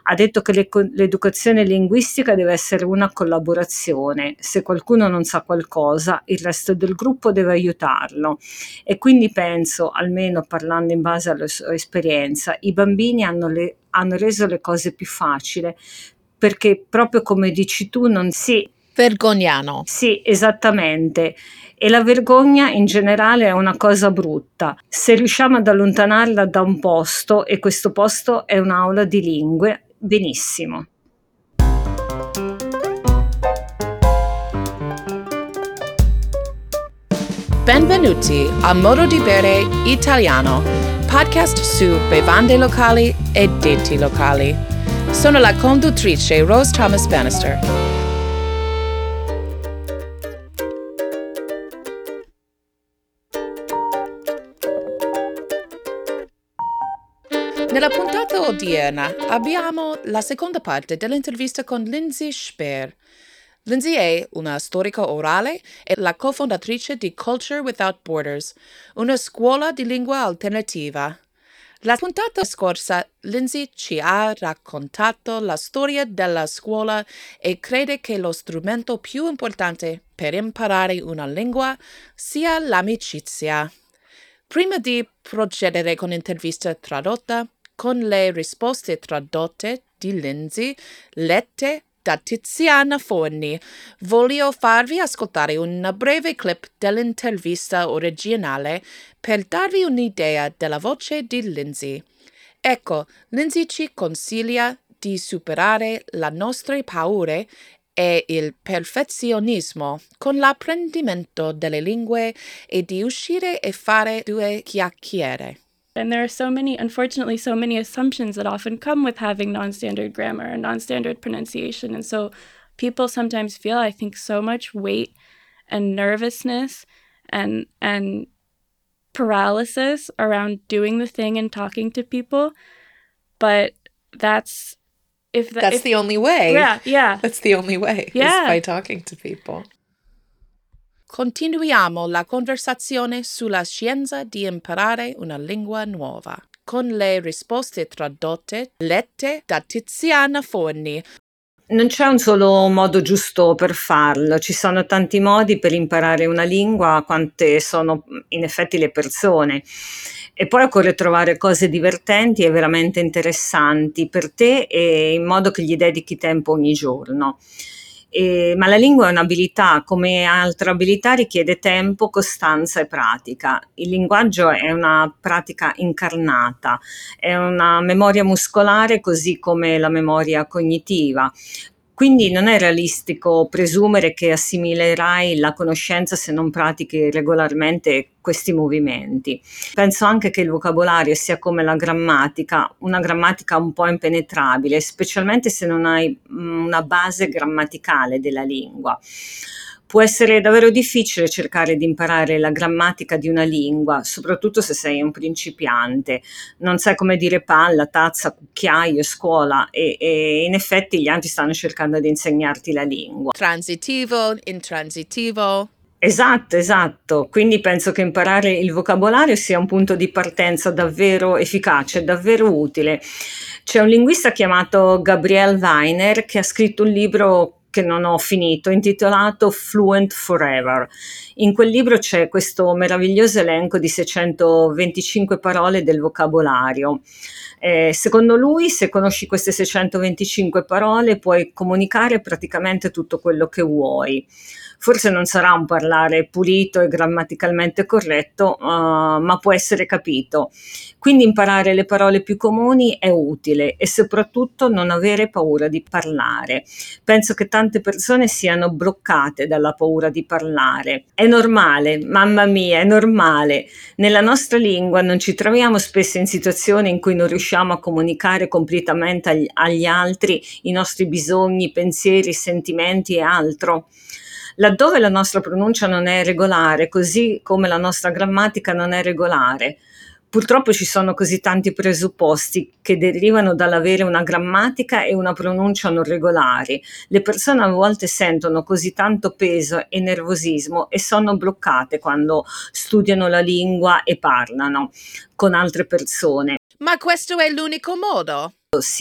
Ha detto che l'educazione linguistica deve essere una collaborazione. Se qualcuno non sa qualcosa, il resto del gruppo deve aiutarlo. E quindi penso, almeno parlando in base alla sua esperienza, i bambini hanno reso le cose più facili perché proprio come dici tu non si vergognano. Sì, esattamente. E la vergogna in generale è una cosa brutta. Se riusciamo ad allontanarla da un posto, e questo posto è un'aula di lingue, benissimo. Benvenuti a Modo di Bere Italiano, podcast su bevande locali e detti locali. Sono la conduttrice Rose Thomas Bannister. Nella puntata odierna abbiamo la seconda parte dell'intervista con Lindsay Speer. Lindsay è una storica orale e la cofondatrice di Culture Without Borders, una scuola di lingua alternativa. La puntata scorsa Lindsay ci ha raccontato la storia della scuola e crede che lo strumento più importante per imparare una lingua sia l'amicizia. Prima di procedere con l'intervista tradotta, con le risposte tradotte di Lindsay, lette da Tiziana Forni, voglio farvi ascoltare una breve clip dell'intervista originale per darvi un'idea della voce di Lindsay. Ecco, Lindsay ci consiglia di superare le nostre paure e il perfezionismo con l'apprendimento delle lingue e di uscire e fare due chiacchiere. And there are unfortunately, so many assumptions that often come with having non-standard grammar and non-standard pronunciation. And so people sometimes feel, I think, so much weight and nervousness and paralysis around doing the thing and talking to people. But that's the only way. Yeah. That's the only way, yeah. is by talking to people. Continuiamo la conversazione sulla scienza di imparare una lingua nuova, con le risposte tradotte lette da Tiziana Forni. Non c'è un solo modo giusto per farlo, ci sono tanti modi per imparare una lingua, quante sono in effetti le persone. E poi occorre trovare cose divertenti e veramente interessanti per te e in modo che gli dedichi tempo ogni giorno. Ma la lingua è un'abilità, come altra abilità richiede tempo, costanza e pratica. Il linguaggio è una pratica incarnata, è una memoria muscolare così come la memoria cognitiva. Quindi non è realistico presumere che assimilerai la conoscenza se non pratichi regolarmente questi movimenti. Penso anche che il vocabolario sia come la grammatica, una grammatica un po' impenetrabile, specialmente se non hai una base grammaticale della lingua. Può essere davvero difficile cercare di imparare la grammatica di una lingua, soprattutto se sei un principiante. Non sai come dire palla, tazza, cucchiaio, scuola e in effetti gli altri stanno cercando di insegnarti la lingua. Transitivo, intransitivo. Esatto. Quindi penso che imparare il vocabolario sia un punto di partenza davvero efficace, davvero utile. C'è un linguista chiamato Gabriel Weiner che ha scritto un libro che non ho finito, intitolato Fluent Forever. In quel libro c'è questo meraviglioso elenco di 625 parole del vocabolario. Secondo lui, se conosci queste 625 parole, puoi comunicare praticamente tutto quello che vuoi. Forse non sarà un parlare pulito e grammaticalmente corretto, ma può essere capito. Quindi imparare le parole più comuni è utile e soprattutto non avere paura di parlare. Penso che tante persone siano bloccate dalla paura di parlare. È normale, mamma mia, è normale. Nella nostra lingua non ci troviamo spesso in situazioni in cui non riusciamo a comunicare completamente agli altri i nostri bisogni, pensieri, sentimenti e altro. Laddove la nostra pronuncia non è regolare, così come la nostra grammatica non è regolare, purtroppo ci sono così tanti presupposti che derivano dall'avere una grammatica e una pronuncia non regolari. Le persone a volte sentono così tanto peso e nervosismo e sono bloccate quando studiano la lingua e parlano con altre persone. Ma questo è l'unico modo? Sì,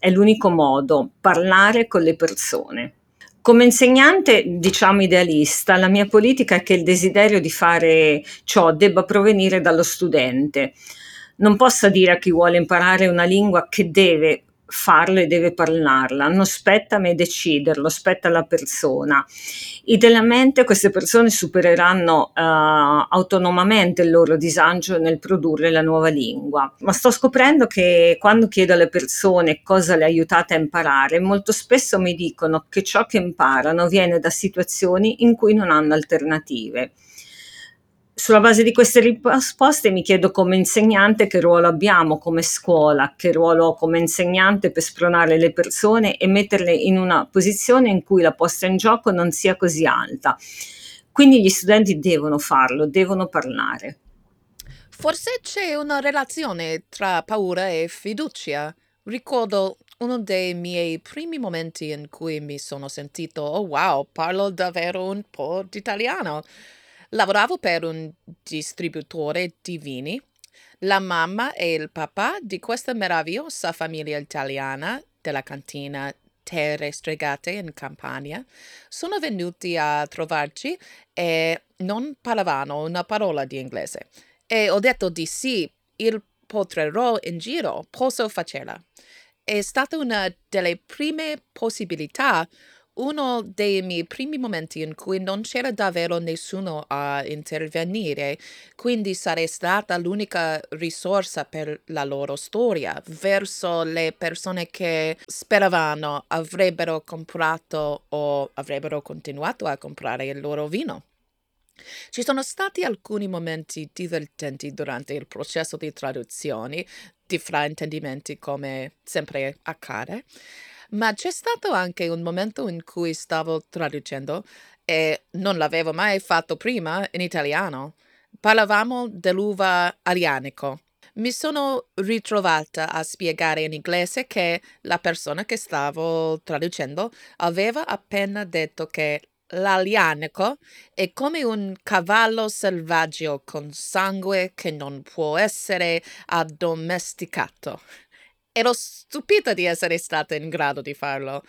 È l'unico modo, parlare con le persone. Come insegnante, diciamo idealista, la mia politica è che il desiderio di fare ciò debba provenire dallo studente. Non possa dire a chi vuole imparare una lingua che deve farlo e deve parlarla, non spetta a me deciderlo, spetta alla persona. Idealmente queste persone supereranno autonomamente il loro disagio nel produrre la nuova lingua, ma sto scoprendo che quando chiedo alle persone cosa le aiutate a imparare, molto spesso mi dicono che ciò che imparano viene da situazioni in cui non hanno alternative. Sulla base di queste risposte mi chiedo come insegnante che ruolo abbiamo come scuola, che ruolo ho come insegnante per spronare le persone e metterle in una posizione in cui la posta in gioco non sia così alta. Quindi gli studenti devono farlo, devono parlare. Forse c'è una relazione tra paura e fiducia. Ricordo uno dei miei primi momenti in cui mi sono sentito, oh wow, parlo davvero un po' di italiano. Lavoravo per un distributore di vini. La mamma e il papà di questa meravigliosa famiglia italiana della cantina Terre Stregate in Campania sono venuti a trovarci e non parlavano una parola di inglese. E ho detto di sì, il potrò in giro, posso farcela. È stata una delle prime possibilità, uno dei miei primi momenti in cui non c'era davvero nessuno a intervenire, quindi sarei stata l'unica risorsa per la loro storia verso le persone che speravano avrebbero comprato o avrebbero continuato a comprare il loro vino. Ci sono stati alcuni momenti divertenti durante il processo di traduzioni, di fraintendimenti come sempre accade, ma c'è stato anche un momento in cui stavo traducendo e non l'avevo mai fatto prima in italiano. Parlavamo dell'uva arianico. Mi sono ritrovata a spiegare in inglese che la persona che stavo traducendo aveva appena detto che l'alianico è come un cavallo selvaggio con sangue che non può essere addomesticato. Ero stupita di essere stata in grado di farlo,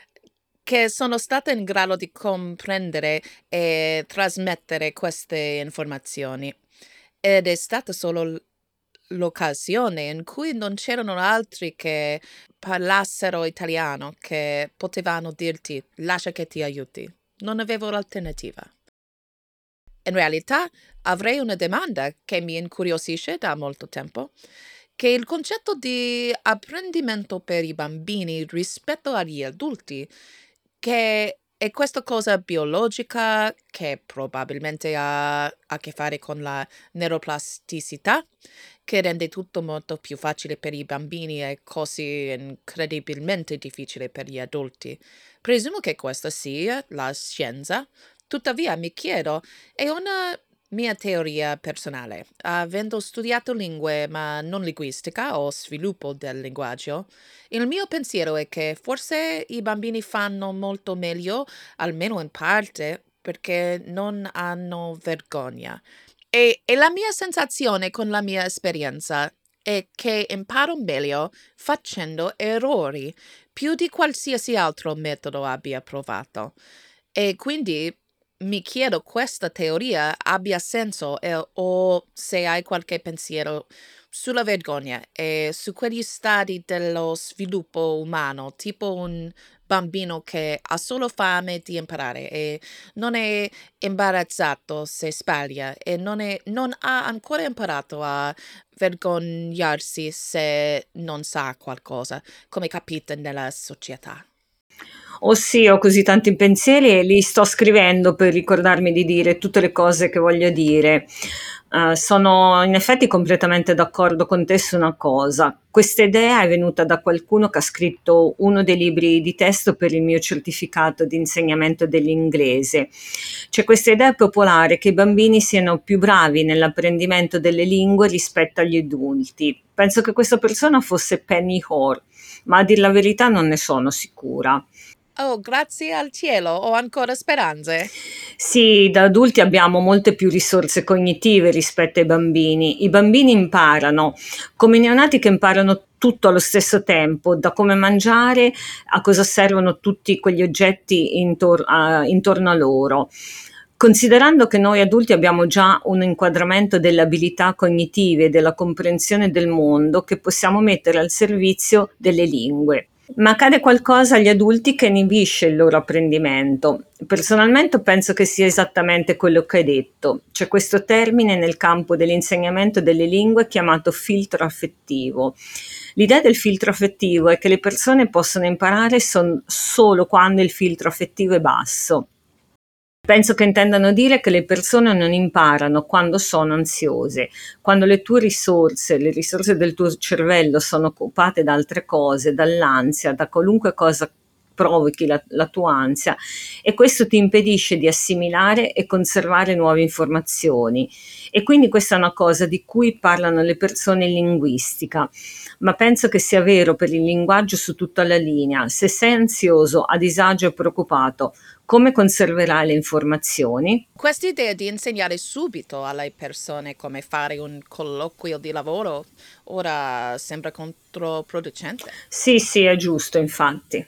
che sono stata in grado di comprendere e trasmettere queste informazioni. Ed è stata solo l'occasione in cui non c'erano altri che parlassero italiano che potevano dirti lascia che ti aiuti. Non avevo l'alternativa. In realtà avrei una domanda che mi incuriosisce da molto tempo, che il concetto di apprendimento per i bambini rispetto agli adulti, che è questa cosa biologica che probabilmente ha a che fare con la neuroplasticità, che rende tutto molto più facile per i bambini e così incredibilmente difficile per gli adulti. Presumo che questa sia la scienza, tuttavia mi chiedo, è una mia teoria personale. Avendo studiato lingue ma non linguistica o sviluppo del linguaggio, il mio pensiero è che forse i bambini fanno molto meglio, almeno in parte, perché non hanno vergogna. E la mia sensazione con la mia esperienza è che imparo meglio facendo errori, più di qualsiasi altro metodo abbia provato. E quindi mi chiedo questa teoria abbia senso o se hai qualche pensiero sulla vergogna e su quegli stadi dello sviluppo umano, tipo un bambino che ha solo fame di imparare e non è imbarazzato se sbaglia e non ha ancora imparato a vergognarsi se non sa qualcosa, come capita nella società. Oh sì, ho così tanti pensieri e li sto scrivendo per ricordarmi di dire tutte le cose che voglio dire. Sono in effetti completamente d'accordo con te su una cosa. Questa idea è venuta da qualcuno che ha scritto uno dei libri di testo per il mio certificato di insegnamento dell'inglese. C'è questa idea popolare che i bambini siano più bravi nell'apprendimento delle lingue rispetto agli adulti. Penso che questa persona fosse Penny Hall, ma a dir la verità non ne sono sicura. Oh, grazie al cielo, ho ancora speranze. Sì, da adulti abbiamo molte più risorse cognitive rispetto ai bambini. I bambini imparano, come i neonati che imparano tutto allo stesso tempo, da come mangiare a cosa servono tutti quegli oggetti intorno a loro. Considerando che noi adulti abbiamo già un inquadramento delle abilità cognitive e della comprensione del mondo che possiamo mettere al servizio delle lingue. Ma accade qualcosa agli adulti che inibisce il loro apprendimento. Personalmente penso che sia esattamente quello che hai detto. C'è questo termine nel campo dell'insegnamento delle lingue chiamato filtro affettivo. L'idea del filtro affettivo è che le persone possono imparare solo quando il filtro affettivo è basso. Penso che intendano dire che le persone non imparano quando sono ansiose, quando le tue risorse, le risorse del tuo cervello sono occupate da altre cose, dall'ansia, da qualunque cosa provochi la tua ansia, e questo ti impedisce di assimilare e conservare nuove informazioni. E quindi questa è una cosa di cui parlano le persone in linguistica, ma penso che sia vero per il linguaggio su tutta la linea. Se sei ansioso, a disagio e preoccupato, come conserverai le informazioni? Quest'idea di insegnare subito alle persone come fare un colloquio di lavoro ora sembra controproducente. Sì, è giusto, infatti.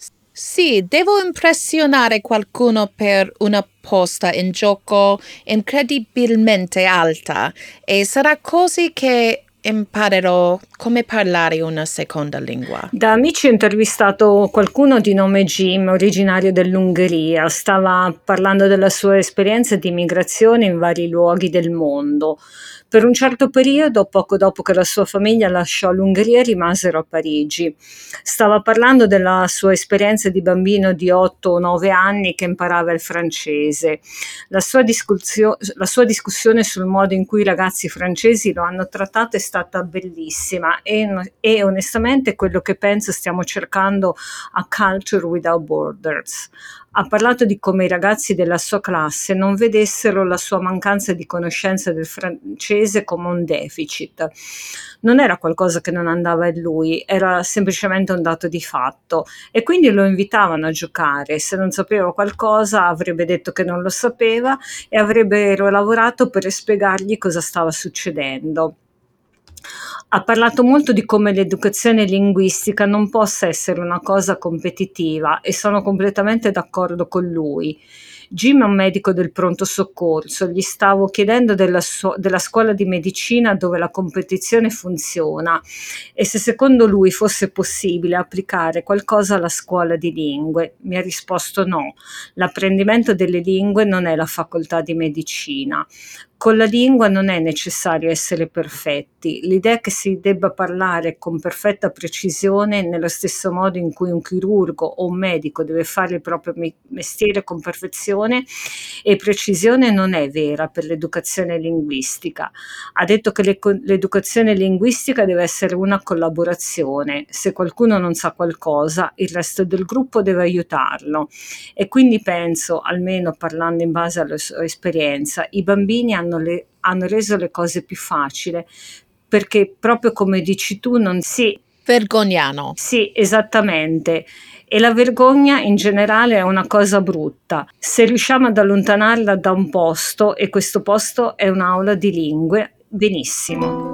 Sì, devo impressionare qualcuno per una posta in gioco incredibilmente alta e sarà così che imparerò come parlare una seconda lingua. Da amici ho intervistato qualcuno di nome Jim, originario dell'Ungheria. Stava parlando della sua esperienza di migrazione in vari luoghi del mondo. Per un certo periodo, poco dopo che la sua famiglia lasciò l'Ungheria, rimasero a Parigi. Stava parlando della sua esperienza di bambino di 8 o 9 anni che imparava il francese. La sua discussione sul modo in cui i ragazzi francesi lo hanno trattato è stata bellissima e onestamente quello che penso stiamo cercando a Culture Without Borders. Ha parlato di come i ragazzi della sua classe non vedessero la sua mancanza di conoscenza del francese come un deficit. Non era qualcosa che non andava in lui, era semplicemente un dato di fatto, e quindi lo invitavano a giocare. Se non sapeva qualcosa avrebbe detto che non lo sapeva e avrebbero lavorato per spiegargli cosa stava succedendo. Ha parlato molto di come l'educazione linguistica non possa essere una cosa competitiva, e sono completamente d'accordo con lui. Jim è un medico del pronto soccorso, gli stavo chiedendo della scuola di medicina dove la competizione funziona e se secondo lui fosse possibile applicare qualcosa alla scuola di lingue. Mi ha risposto no, l'apprendimento delle lingue non è la facoltà di medicina. Con la lingua non è necessario essere perfetti. L'idea che si debba parlare con perfetta precisione nello stesso modo in cui un chirurgo o un medico deve fare il proprio mestiere con perfezione e precisione non è vera per l'educazione linguistica. Ha detto che l'educazione linguistica deve essere una collaborazione. Se qualcuno non sa qualcosa, il resto del gruppo deve aiutarlo. E quindi penso, almeno parlando in base alla sua esperienza, i bambini hanno reso le cose più facili, perché proprio come dici tu non si... Vergognano. Sì, esattamente. E la vergogna in generale è una cosa brutta. Se riusciamo ad allontanarla da un posto, e questo posto è un'aula di lingue, benissimo.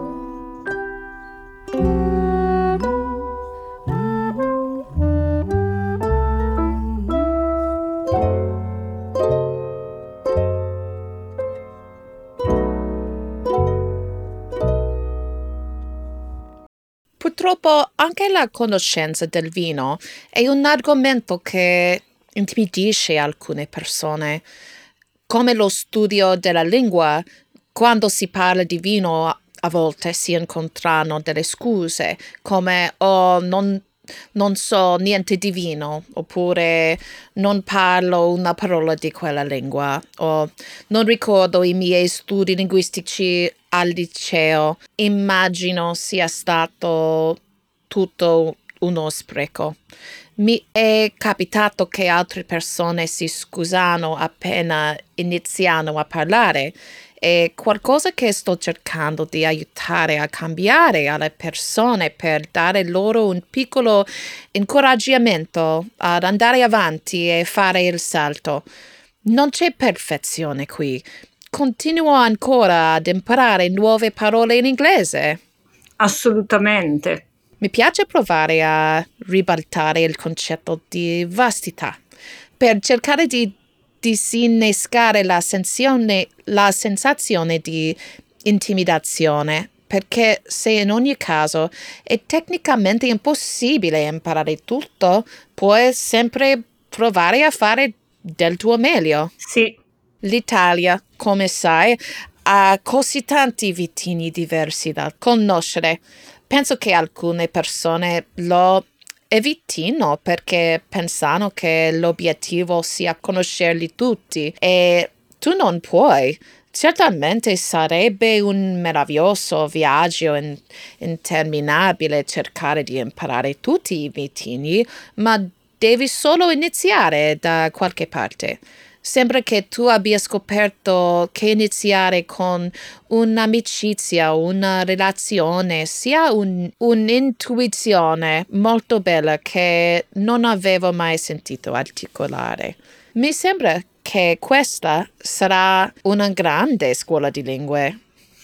Purtroppo anche la conoscenza del vino è un argomento che intimidisce alcune persone. Come lo studio della lingua, quando si parla di vino a volte si incontrano delle scuse come «oh, non so niente di vino» oppure «non parlo una parola di quella lingua» o «non ricordo i miei studi linguistici al liceo». Immagino sia stato tutto uno spreco. Mi è capitato che altre persone si scusano appena iniziano a parlare è qualcosa che sto cercando di aiutare a cambiare alle persone per dare loro un piccolo incoraggiamento ad andare avanti e fare il salto. Non c'è perfezione qui. Continuo ancora ad imparare nuove parole in inglese. Assolutamente. Mi piace provare a ribaltare il concetto di vastità per cercare di disinnescare la sensazione di intimidazione, perché se in ogni caso è tecnicamente impossibile imparare tutto, puoi sempre provare a fare del tuo meglio. Sì. L'Italia, come sai, ha così tanti vitigni diversi da conoscere. Penso che alcune persone lo evitino perché pensano che l'obiettivo sia conoscerli tutti e tu non puoi. Certamente sarebbe un meraviglioso viaggio interminabile cercare di imparare tutti i vitigni, ma devi solo iniziare da qualche parte. Sembra che tu abbia scoperto che iniziare con un'amicizia, una relazione, sia un'intuizione molto bella che non avevo mai sentito articolare. Mi sembra che questa sarà una grande scuola di lingue.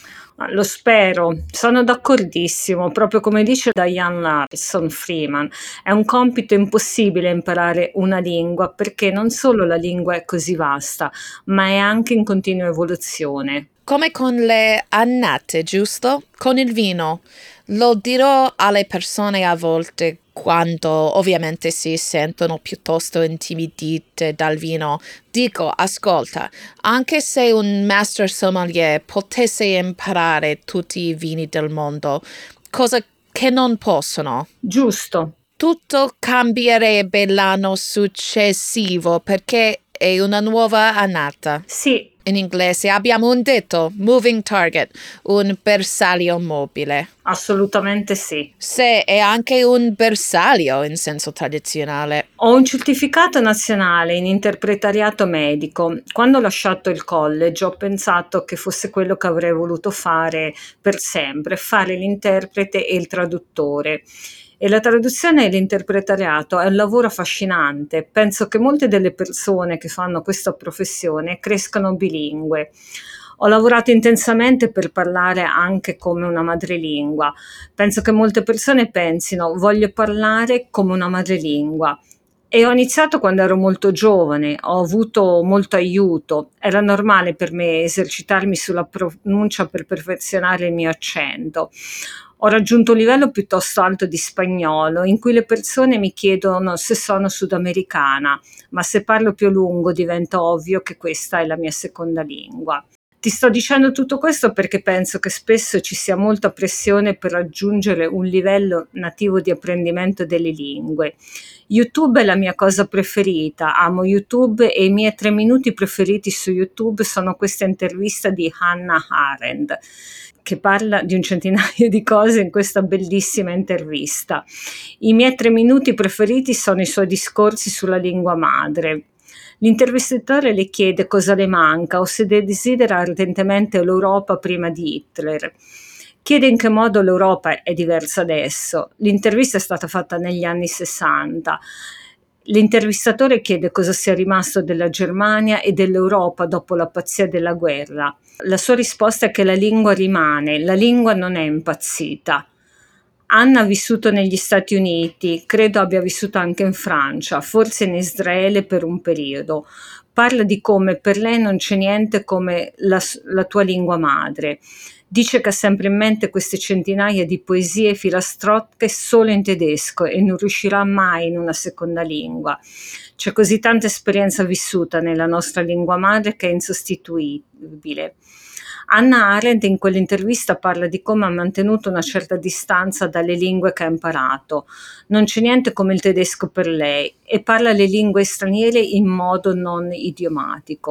Lo spero, sono d'accordissimo, proprio come dice Diane Larson Freeman, è un compito impossibile imparare una lingua perché non solo la lingua è così vasta, ma è anche in continua evoluzione. Come con le annate, giusto? Con il vino. Lo dirò alle persone a volte quando ovviamente si sentono piuttosto intimidite dal vino. Dico, ascolta, anche se un master sommelier potesse imparare tutti i vini del mondo, cosa che non possono. Giusto. Tutto cambierebbe l'anno successivo perché è una nuova annata. Sì. In inglese abbiamo un detto, moving target, un bersaglio mobile. Assolutamente sì. Se è anche un bersaglio in senso tradizionale. Ho un certificato nazionale in interpretariato medico. Quando ho lasciato il college ho pensato che fosse quello che avrei voluto fare per sempre, fare l'interprete e il traduttore. E la traduzione e l'interpretariato è un lavoro affascinante. Penso che molte delle persone che fanno questa professione crescano bilingue. Ho lavorato intensamente per parlare anche come una madrelingua. Penso che molte persone pensino voglio parlare come una madrelingua. E ho iniziato quando ero molto giovane, ho avuto molto aiuto. Era normale per me esercitarmi sulla pronuncia per perfezionare il mio accento. Ho raggiunto un livello piuttosto alto di spagnolo, in cui le persone mi chiedono se sono sudamericana, ma se parlo più a lungo diventa ovvio che questa è la mia seconda lingua. Ti sto dicendo tutto questo perché penso che spesso ci sia molta pressione per raggiungere un livello nativo di apprendimento delle lingue. YouTube è la mia cosa preferita, amo YouTube e i miei 3 minuti preferiti su YouTube sono questa intervista di Hannah Arendt, che parla di un centinaio di cose in questa bellissima intervista. I miei 3 minuti preferiti sono i suoi discorsi sulla lingua madre. L'intervistatore le chiede cosa le manca o se desidera ardentemente l'Europa prima di Hitler. Chiede in che modo l'Europa è diversa adesso. L'intervista è stata fatta negli anni 60. L'intervistatore chiede cosa sia rimasto della Germania e dell'Europa dopo la pazzia della guerra. La sua risposta è che la lingua rimane, la lingua non è impazzita. Anna ha vissuto negli Stati Uniti, credo abbia vissuto anche in Francia, forse in Israele per un periodo. Parla di come per lei non c'è niente come la tua lingua madre. Dice che ha sempre in mente queste centinaia di poesie filastrocche solo in tedesco e non riuscirà mai in una seconda lingua. C'è così tanta esperienza vissuta nella nostra lingua madre che è insostituibile. Hannah Arendt in quell'intervista parla di come ha mantenuto una certa distanza dalle lingue che ha imparato. Non c'è niente come il tedesco per lei e parla le lingue straniere in modo non idiomatico.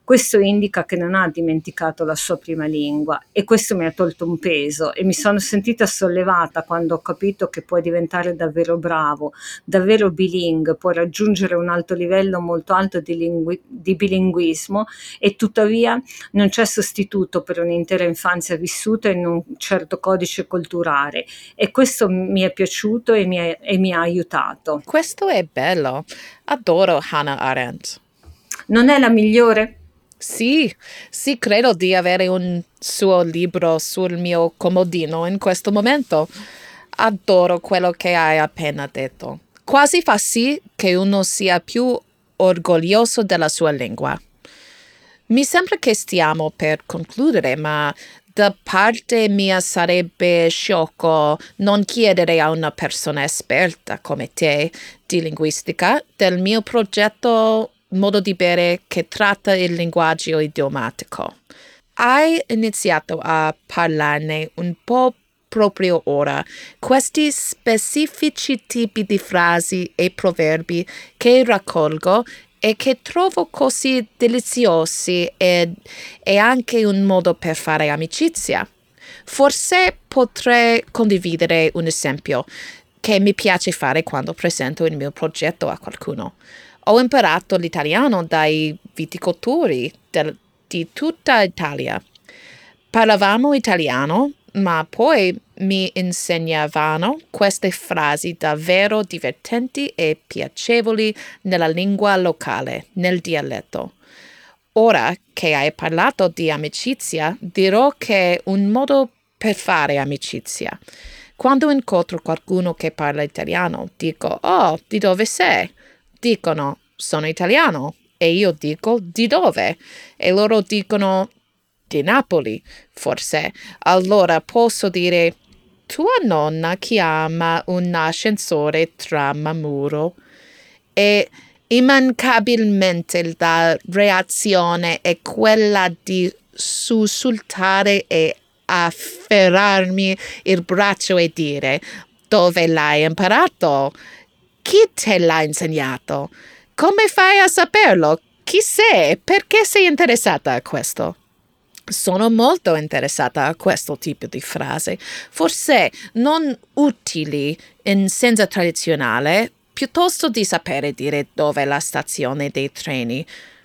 Questo indica che non ha dimenticato la sua prima lingua e questo mi ha tolto un peso e mi sono sentita sollevata quando ho capito che puoi diventare davvero bravo, davvero bilingue, puoi raggiungere un alto livello molto alto di bilinguismo e tuttavia non c'è sostituto per un'intera infanzia vissuta in un certo codice culturale e questo mi è piaciuto e mi ha aiutato. Questo è bello. Adoro Hannah Arendt. Non è la migliore? Sì, credo di avere un suo libro sul mio comodino in questo momento. Adoro quello che hai appena detto. Quasi fa sì che uno sia più orgoglioso della sua lingua. Mi sembra che stiamo per concludere, ma da parte mia sarebbe sciocco non chiedere a una persona esperta come te di linguistica del mio progetto Modo di Bere che tratta il linguaggio idiomatico. Hai iniziato a parlarne un po' proprio ora, questi specifici tipi di frasi e proverbi che raccolgo e che trovo così deliziosi e anche un modo per fare amicizia. Forse potrei condividere un esempio che mi piace fare quando presento il mio progetto a qualcuno. Ho imparato l'italiano dai viticoltori di tutta Italia. Parlavamo italiano, ma poi mi insegnavano queste frasi davvero divertenti e piacevoli nella lingua locale, nel dialetto. Ora che hai parlato di amicizia, dirò che è un modo per fare amicizia. Quando incontro qualcuno che parla italiano, dico, oh, di dove sei? Dicono, sono italiano. E io dico, di dove? E loro dicono, di Napoli, forse. Allora posso dire, tua nonna chiama un ascensore Tramamuro e immancabilmente la reazione è quella di sussultare e afferrarmi il braccio e dire, dove l'hai imparato? Chi te l'ha insegnato? Come fai a saperlo? Chi sei? Perché sei interessata a questo? Sono molto interessata a questo tipo di frase, forse non utili in senso tradizionale, piuttosto di sapere dire dove è la stazione dei treni.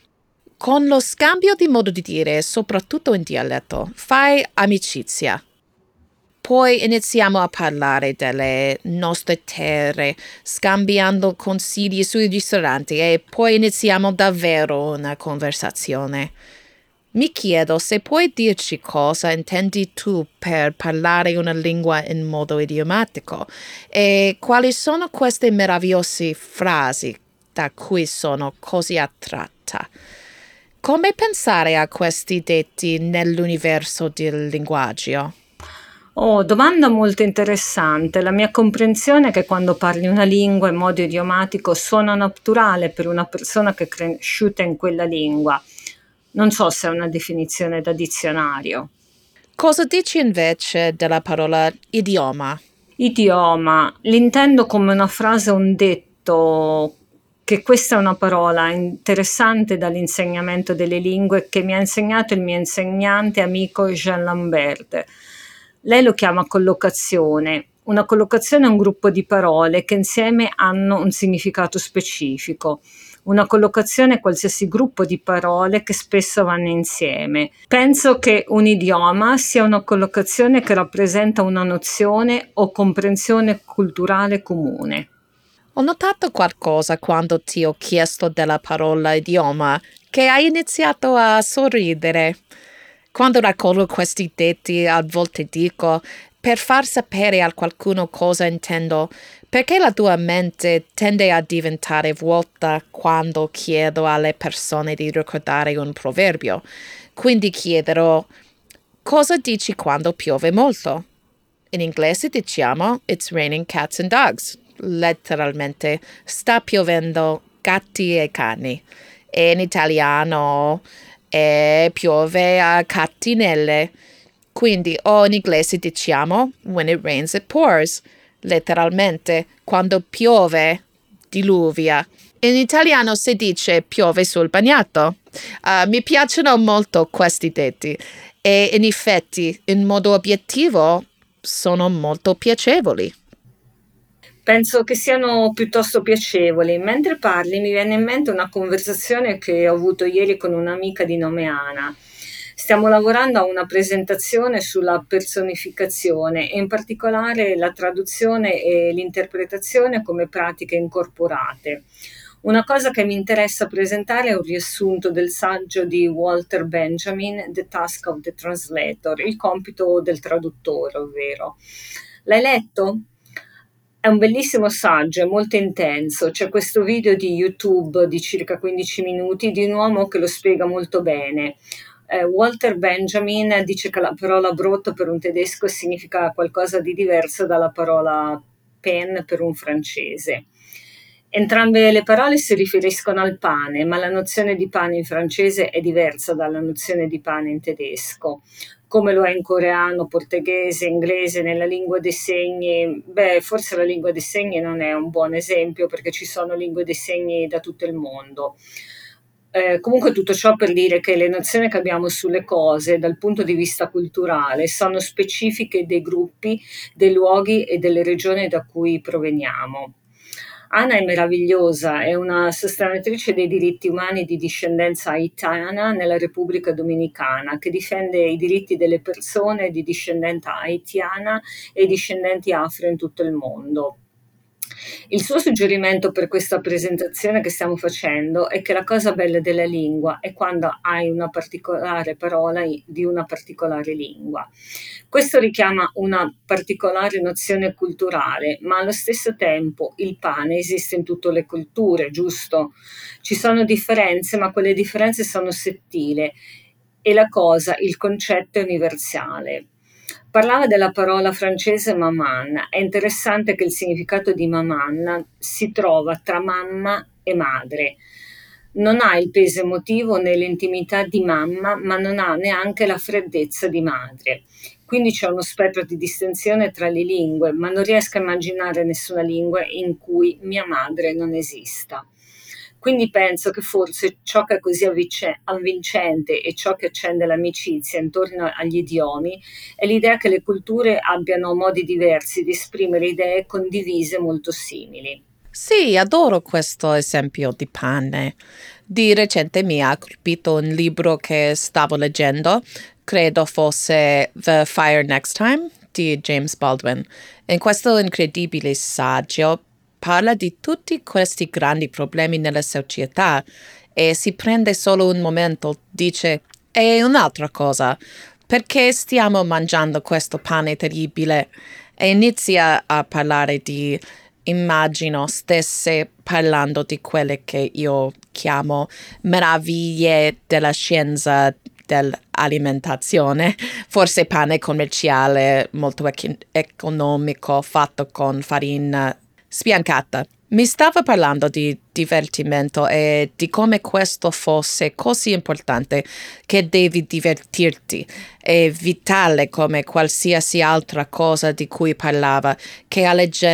Con lo scambio di modo di dire, soprattutto in dialetto, fai amicizia. Poi iniziamo a parlare delle nostre terre, scambiando consigli sui ristoranti e poi iniziamo davvero una conversazione. Mi chiedo se puoi dirci cosa intendi tu per parlare una lingua in modo idiomatico e quali sono queste meravigliose frasi da cui sono così attratta. Come pensare a questi detti nell'universo del linguaggio? Oh, domanda molto interessante. La mia comprensione è che quando parli una lingua in modo idiomatico suona naturale per una persona che è cresciuta in quella lingua. Non so se è una definizione da dizionario. Cosa dici invece della parola idioma? Idioma, l'intendo come una frase, un detto, che questa è una parola interessante dall'insegnamento delle lingue che mi ha insegnato il mio insegnante amico Jean Lambert. Lei lo chiama collocazione. Una collocazione è un gruppo di parole che insieme hanno un significato specifico. Una collocazione è qualsiasi gruppo di parole che spesso vanno insieme. Penso che un idioma sia una collocazione che rappresenta una nozione o comprensione culturale comune. Ho notato qualcosa quando ti ho chiesto della parola idioma, che hai iniziato a sorridere. Quando raccolgo questi detti, a volte dico, per far sapere a qualcuno cosa intendo, perché la tua mente tende a diventare vuota quando chiedo alle persone di ricordare un proverbio. Quindi chiederò, cosa dici quando piove molto? In inglese diciamo, it's raining cats and dogs. Letteralmente, sta piovendo gatti e cani. E in italiano piove a catinelle. Quindi, o in inglese diciamo, when it rains it pours. Letteralmente, quando piove, diluvia. In italiano si dice piove sul bagnato. Mi piacciono molto questi detti e in effetti, in modo obiettivo, sono molto piacevoli. Penso che siano piuttosto piacevoli. Mentre parli mi viene in mente una conversazione che ho avuto ieri con un'amica di nome Ana. Stiamo lavorando a una presentazione sulla personificazione e in particolare la traduzione e l'interpretazione come pratiche incorporate. Una cosa che mi interessa presentare è un riassunto del saggio di Walter Benjamin, The Task of the Translator, il compito del traduttore, ovvero. L'hai letto? È un bellissimo saggio, è molto intenso. C'è questo video di YouTube di circa 15 minuti di un uomo che lo spiega molto bene. Walter Benjamin dice che la parola brutto per un tedesco significa qualcosa di diverso dalla parola pen per un francese. Entrambe le parole si riferiscono al pane, ma la nozione di pane in francese è diversa dalla nozione di pane in tedesco. Come lo è in coreano, portoghese, inglese, nella lingua dei segni. Forse la lingua dei segni non è un buon esempio perché ci sono lingue dei segni da tutto il mondo. Comunque tutto ciò per dire che le nozioni che abbiamo sulle cose dal punto di vista culturale sono specifiche dei gruppi, dei luoghi e delle regioni da cui proveniamo. Anna è meravigliosa, è una sostenitrice dei diritti umani di discendenza haitiana nella Repubblica Dominicana, che difende i diritti delle persone di discendenza haitiana e discendenti afro in tutto il mondo. Il suo suggerimento per questa presentazione che stiamo facendo è che la cosa bella della lingua è quando hai una particolare parola di una particolare lingua. Questo richiama una particolare nozione culturale, ma allo stesso tempo il pane esiste in tutte le culture, giusto? Ci sono differenze, ma quelle differenze sono sottili e la cosa, il concetto è universale. Parlava della parola francese maman. È interessante che il significato di maman si trova tra mamma e madre. Non ha il peso emotivo né l'intimità di mamma, ma non ha neanche la freddezza di madre. Quindi c'è uno spettro di distinzione tra le lingue, ma non riesco a immaginare nessuna lingua in cui mia madre non esista. Quindi penso che forse ciò che è così avvincente e ciò che accende l'amicizia intorno agli idiomi è l'idea che le culture abbiano modi diversi di esprimere idee condivise molto simili. Sì, adoro questo esempio di pane. Di recente mi ha colpito un libro che stavo leggendo, credo fosse The Fire Next Time di James Baldwin. In questo incredibile saggio parla di tutti questi grandi problemi nella società e si prende solo un momento, dice, e un'altra cosa, perché stiamo mangiando questo pane terribile? E inizia a parlare di, immagino, stesse parlando di quelle che io chiamo meraviglie della scienza dell'alimentazione, forse pane commerciale molto economico fatto con farina sbiancata. Mi stava parlando di divertimento e di come questo fosse così importante che devi divertirti. È vitale come qualsiasi altra cosa di cui parlava, che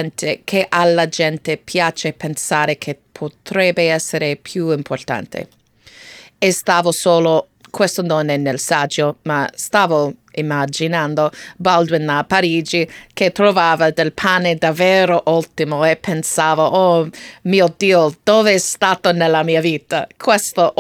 alla gente piace pensare che potrebbe essere più importante. E questo non è nel saggio, ma stavo immaginando Baldwin a Parigi che trovava del pane davvero ottimo e pensavo, oh mio Dio, dove è stato nella mia vita? Questo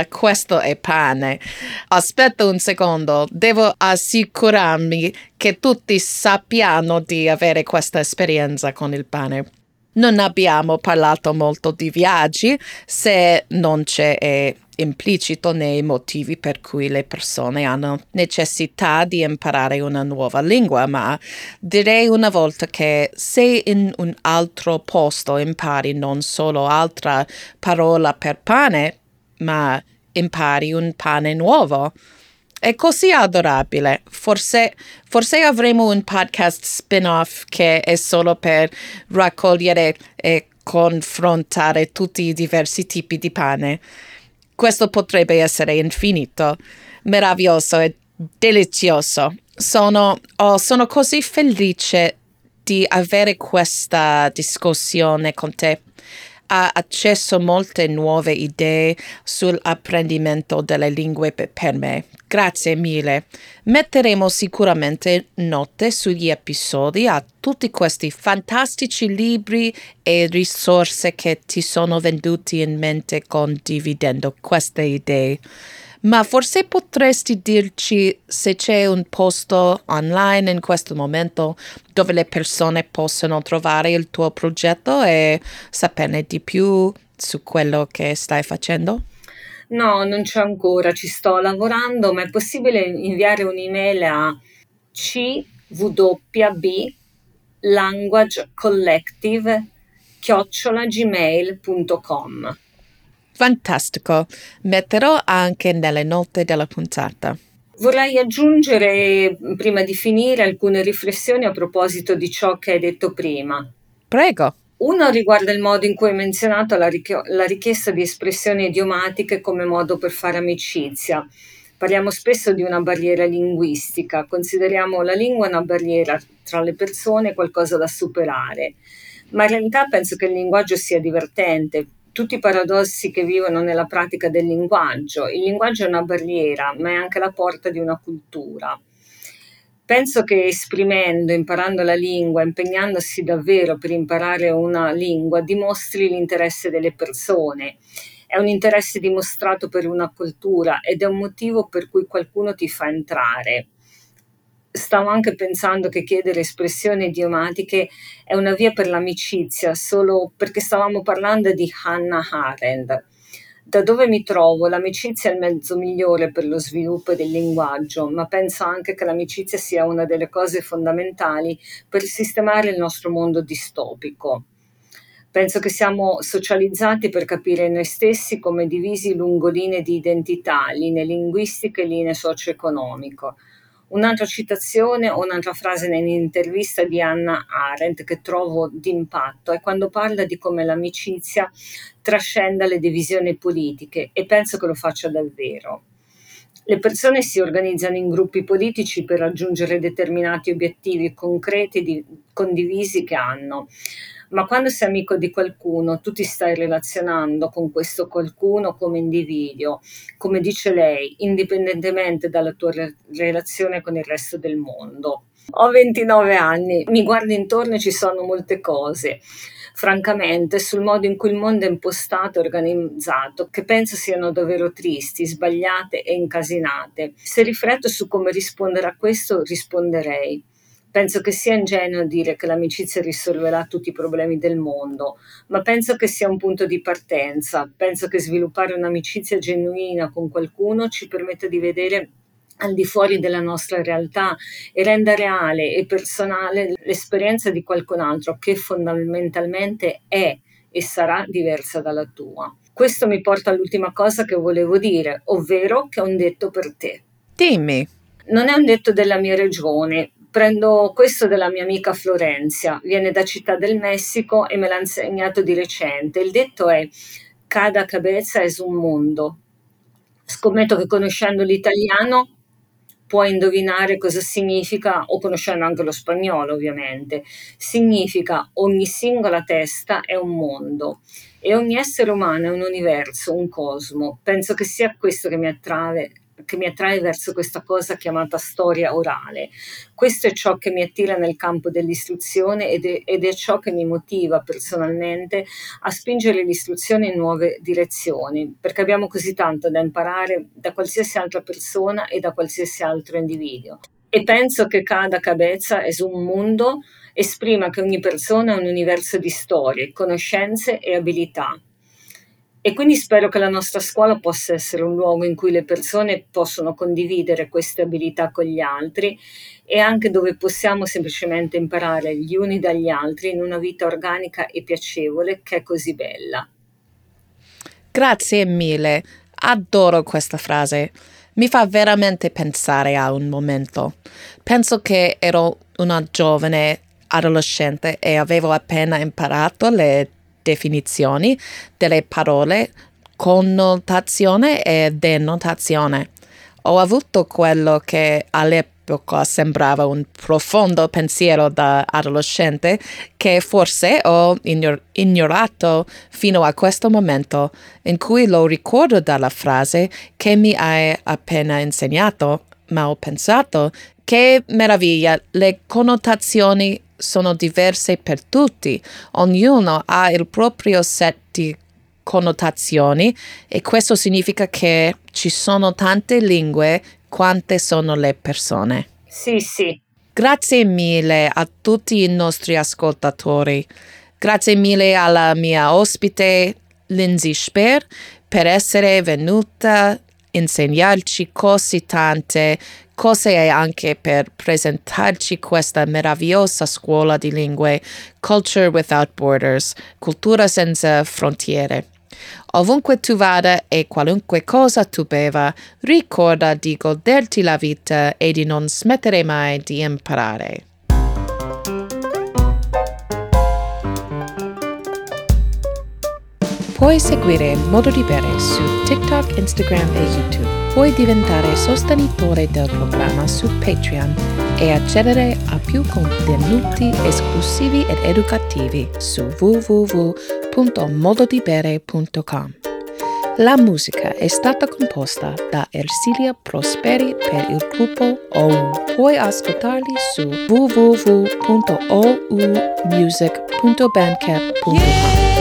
è pane. Aspetta un secondo, devo assicurarmi che tutti sappiano di avere questa esperienza con il pane. Non abbiamo parlato molto di viaggi, se non c'è implicito nei motivi per cui le persone hanno necessità di imparare una nuova lingua, ma direi una volta che se in un altro posto impari non solo altra parola per pane, ma impari un pane nuovo. È così adorabile. Forse avremo un podcast spin-off che è solo per raccogliere e confrontare tutti i diversi tipi di pane. Questo potrebbe essere infinito, meraviglioso e delizioso. Sono così felice di avere questa discussione con te. ha accesso a molte nuove idee sull'apprendimento delle lingue per me. Grazie mille. Metteremo sicuramente note sugli episodi a tutti questi fantastici libri e risorse che ti sono venuti in mente condividendo queste idee. Ma forse potresti dirci se c'è un posto online in questo momento dove le persone possono trovare il tuo progetto e saperne di più su quello che stai facendo? No, non c'è ancora, ci sto lavorando, ma è possibile inviare un'email a cwwlanguagecollective@gmail.com. Fantastico. Metterò anche nelle note della puntata. Vorrei aggiungere, prima di finire, alcune riflessioni a proposito di ciò che hai detto prima. Prego. Uno riguarda il modo in cui hai menzionato la richiesta di espressioni idiomatiche come modo per fare amicizia. Parliamo spesso di una barriera linguistica, consideriamo la lingua una barriera tra le persone, qualcosa da superare. Ma in realtà penso che il linguaggio sia divertente. Tutti i paradossi che vivono nella pratica del linguaggio. Il linguaggio è una barriera, ma è anche la porta di una cultura. Penso che esprimendo, imparando la lingua, impegnandosi davvero per imparare una lingua, dimostri l'interesse delle persone. È un interesse dimostrato per una cultura ed è un motivo per cui qualcuno ti fa entrare. Stavo anche pensando che chiedere espressioni idiomatiche è una via per l'amicizia, solo perché stavamo parlando di Hannah Arendt. Da dove mi trovo, l'amicizia è il mezzo migliore per lo sviluppo del linguaggio, ma penso anche che l'amicizia sia una delle cose fondamentali per sistemare il nostro mondo distopico. Penso che siamo socializzati per capire noi stessi come divisi lungo linee di identità, linee linguistiche e linee socio-economiche. Un'altra citazione o un'altra frase nell'intervista di Hannah Arendt che trovo d'impatto è quando parla di come l'amicizia trascenda le divisioni politiche, e penso che lo faccia davvero. Le persone si organizzano in gruppi politici per raggiungere determinati obiettivi concreti condivisi che hanno. Ma quando sei amico di qualcuno, tu ti stai relazionando con questo qualcuno come individuo, come dice lei, indipendentemente dalla tua relazione con il resto del mondo. Ho 29 anni, mi guardo intorno e ci sono molte cose, francamente, sul modo in cui il mondo è impostato e organizzato, che penso siano davvero tristi, sbagliate e incasinate. Se rifletto su come rispondere a questo, risponderei: penso che sia ingenuo dire che l'amicizia risolverà tutti i problemi del mondo, ma penso che sia un punto di partenza. Penso che sviluppare un'amicizia genuina con qualcuno ci permetta di vedere al di fuori della nostra realtà e renda reale e personale l'esperienza di qualcun altro che fondamentalmente è e sarà diversa dalla tua. Questo mi porta all'ultima cosa che volevo dire, ovvero che è un detto per te. Dimmi. Non è un detto della mia regione, prendo questo dalla mia amica Florenzia, viene da Città del Messico e me l'ha insegnato di recente. Il detto è: cada cabeza es un mondo. Scommetto che conoscendo l'italiano puoi indovinare cosa significa, o conoscendo anche lo spagnolo ovviamente. Significa: ogni singola testa è un mondo e ogni essere umano è un universo, un cosmo. Penso che sia questo che mi attrae verso questa cosa chiamata storia orale. Questo è ciò che mi attira nel campo dell'istruzione ed è ciò che mi motiva personalmente a spingere l'istruzione in nuove direzioni, perché abbiamo così tanto da imparare da qualsiasi altra persona e da qualsiasi altro individuo. E penso che cada cabeza es un mundo esprima che ogni persona è un universo di storie, conoscenze e abilità. E quindi spero che la nostra scuola possa essere un luogo in cui le persone possono condividere queste abilità con gli altri e anche dove possiamo semplicemente imparare gli uni dagli altri in una vita organica e piacevole che è così bella. Grazie mille. Adoro questa frase. Mi fa veramente pensare a un momento. Penso che ero una giovane adolescente e avevo appena imparato le definizioni delle parole connotazione e denotazione. Ho avuto quello che all'epoca sembrava un profondo pensiero da adolescente che forse ho ignorato fino a questo momento, in cui lo ricordo dalla frase che mi hai appena insegnato, ma ho pensato: che meraviglia, le connotazioni sono diverse per tutti, ognuno ha il proprio set di connotazioni e questo significa che ci sono tante lingue quante sono le persone. Sì. Grazie mille a tutti i nostri ascoltatori. Grazie mille alla mia ospite Lindsay Sper per essere venuta a insegnarci così tante cose e anche per presentarci questa meravigliosa scuola di lingue, Culture Without Borders, cultura senza frontiere. Ovunque tu vada e qualunque cosa tu beva, ricorda di goderti la vita e di non smettere mai di imparare. Puoi seguire Modo di Bere su TikTok, Instagram e YouTube. Puoi diventare sostenitore del programma su Patreon e accedere a più contenuti esclusivi ed educativi su www.mododibere.com. La musica è stata composta da Ersilia Prosperi per il gruppo OU. Puoi ascoltarli su www.oumusic.bandcamp.com.